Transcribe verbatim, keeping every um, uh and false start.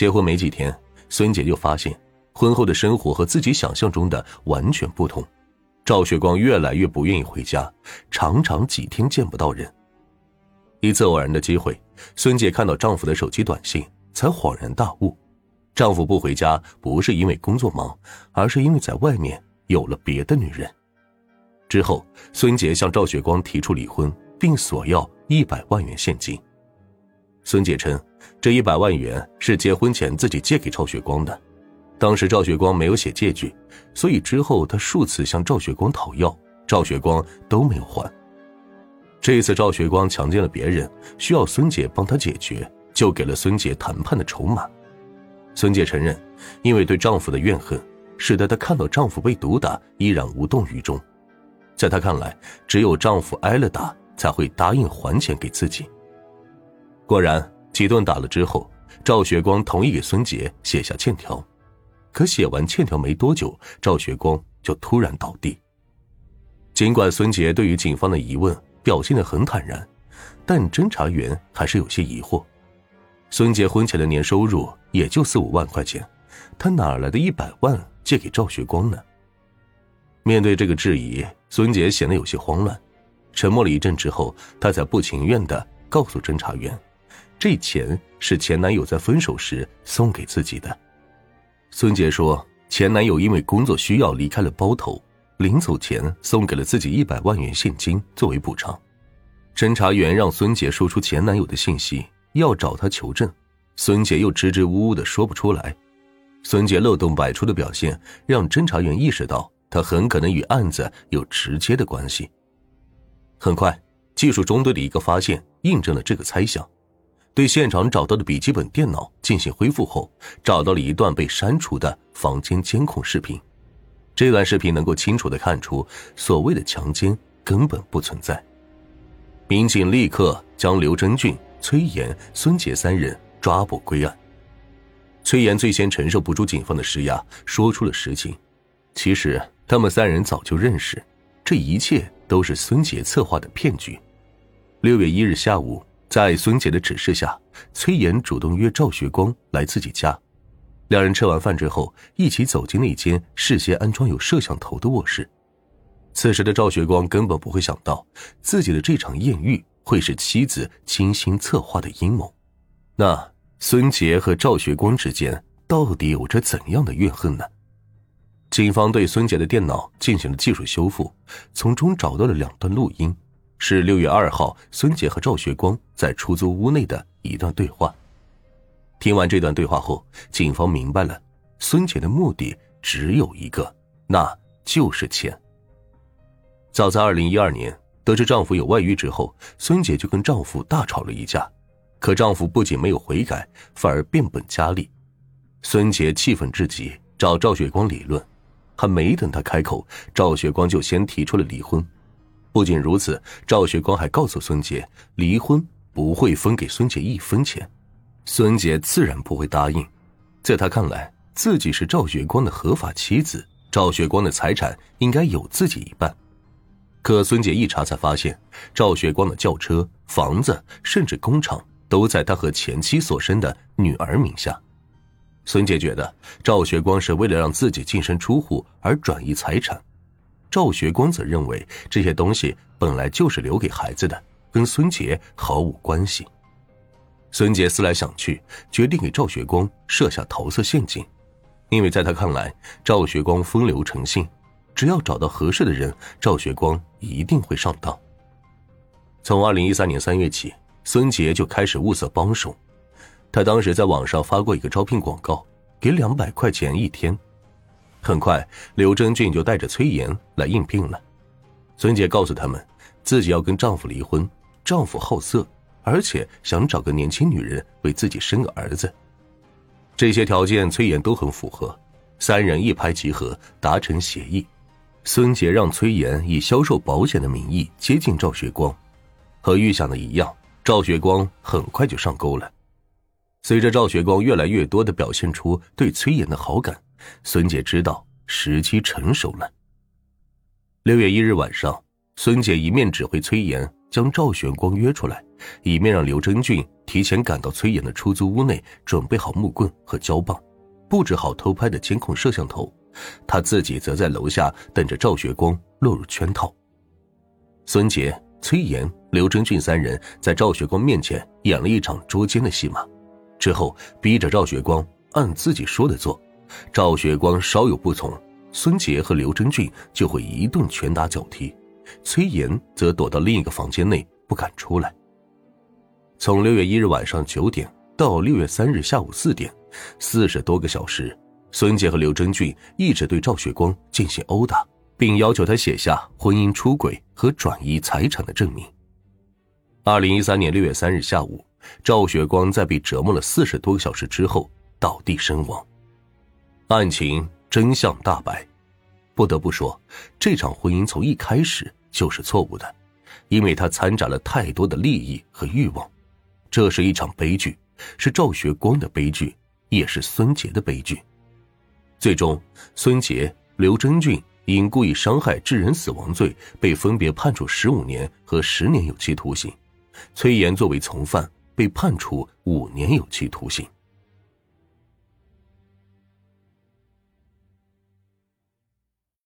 结婚没几天，孙姐就发现婚后的生活和自己想象中的完全不同。赵雪光越来越不愿意回家，常常几天见不到人。一次偶然的机会，孙姐看到丈夫的手机短信，才恍然大悟，丈夫不回家不是因为工作忙，而是因为在外面有了别的女人。之后，孙姐向赵雪光提出离婚，并索要一百万元现金。孙姐称，这一百万元是结婚前自己借给赵雪光的，当时赵雪光没有写借据，所以之后她数次向赵雪光讨要，赵雪光都没有还。这一次赵雪光强奸了别人，需要孙姐帮他解决，就给了孙姐谈判的筹码。孙姐承认，因为对丈夫的怨恨，使得她看到丈夫被毒打依然无动于衷。在她看来，只有丈夫挨了打，才会答应还钱给自己。果然，几顿打了之后，赵雪光同意给孙姐写下欠条。可写完欠条没多久，赵雪光就突然倒地。尽管孙杰对于警方的疑问表现得很坦然，但侦查员还是有些疑惑。孙杰婚前的年收入也就四五万块钱，他哪来的一百万借给赵雪光呢？面对这个质疑，孙杰显得有些慌乱。沉默了一阵之后，他才不情愿地告诉侦查员，这钱是前男友在分手时送给自己的。孙杰说，前男友因为工作需要离开了包头，临走前送给了自己一百万元现金作为补偿。侦查员让孙杰说出前男友的信息，要找他求证，孙杰又支支吾吾的说不出来。孙杰漏洞百出的表现让侦查员意识到他很可能与案子有直接的关系。很快，技术中队的一个发现印证了这个猜想。对现场找到的笔记本电脑进行恢复后，找到了一段被删除的房间监控视频。这段视频能够清楚地看出，所谓的强奸根本不存在。民警立刻将刘真俊、崔岩、孙杰三人抓捕归案。崔岩最先承受不住警方的施压，说出了实情。其实他们三人早就认识，这一切都是孙杰策划的骗局。六月一日下午，在孙杰的指示下，崔岩主动约赵雪光来自己家。两人吃完饭之后，一起走进那间事先安装有摄像头的卧室。此时的赵雪光根本不会想到，自己的这场艳遇会是妻子精心策划的阴谋。那孙杰和赵雪光之间到底有着怎样的怨恨呢？警方对孙杰的电脑进行了技术修复，从中找到了两段录音，是六月二号孙杰和赵雪光在出租屋内的一段对话。听完这段对话后，警方明白了，孙杰的目的只有一个，那就是钱。早在二零一二年，得知丈夫有外遇之后，孙杰就跟丈夫大吵了一架，可丈夫不仅没有悔改，反而变本加厉。孙杰气愤至极，找赵雪光理论，还没等他开口，赵雪光就先提出了离婚。不仅如此，赵雪光还告诉孙杰，离婚不会分给孙杰一分钱。孙杰自然不会答应，在他看来，自己是赵雪光的合法妻子，赵雪光的财产应该有自己一半。可孙杰一查才发现，赵雪光的轿车、房子甚至工厂都在他和前妻所生的女儿名下。孙杰觉得赵雪光是为了让自己净身出户而转移财产，赵雪光则认为这些东西本来就是留给孩子的，跟孙杰毫无关系。孙杰思来想去，决定给赵雪光设下桃色陷阱，因为在他看来，赵雪光风流成性，只要找到合适的人，赵雪光一定会上当。从二零一三年三月起，孙杰就开始物色帮手。他当时在网上发过一个招聘广告，给两百块钱一天。很快，刘真俊就带着崔岩来应聘了。孙杰告诉他们，自己要跟丈夫离婚，丈夫好色，而且想找个年轻女人为自己生个儿子。这些条件崔岩都很符合，三人一拍即合，达成协议。孙杰让崔岩以销售保险的名义接近赵雪光，和预想的一样，赵雪光很快就上钩了。随着赵雪光越来越多地表现出对崔岩的好感，孙杰知道时机成熟了。六月一日晚上，孙杰一面指挥崔岩将赵玄光约出来，以便让刘真俊提前赶到崔岩的出租屋内，准备好木棍和胶棒，布置好偷拍的监控摄像头，他自己则在楼下等着赵学光落入圈套。孙杰、崔岩、刘真俊三人在赵学光面前演了一场捉奸的戏码，之后逼着赵学光按自己说的做，赵学光稍有不从，孙杰和刘真俊就会一顿拳打脚踢，崔岩则躲到另一个房间内不敢出来。从六月一日晚上九点到六月三日下午四点，四十多个小时，孙杰和刘真俊一直对赵学光进行殴打，并要求他写下婚姻出轨和转移财产的证明。二零一三年六月三日下午，赵学光在被折磨了四十多个小时之后倒地身亡。案情真相大白，不得不说，这场婚姻从一开始就是错误的，因为它掺杂了太多的利益和欲望。这是一场悲剧，是赵学光的悲剧，也是孙杰的悲剧。最终，孙杰、刘真俊因故意伤害致人死亡罪被分别判处十五年和十年有期徒刑，崔岩作为从犯被判处五年有期徒刑。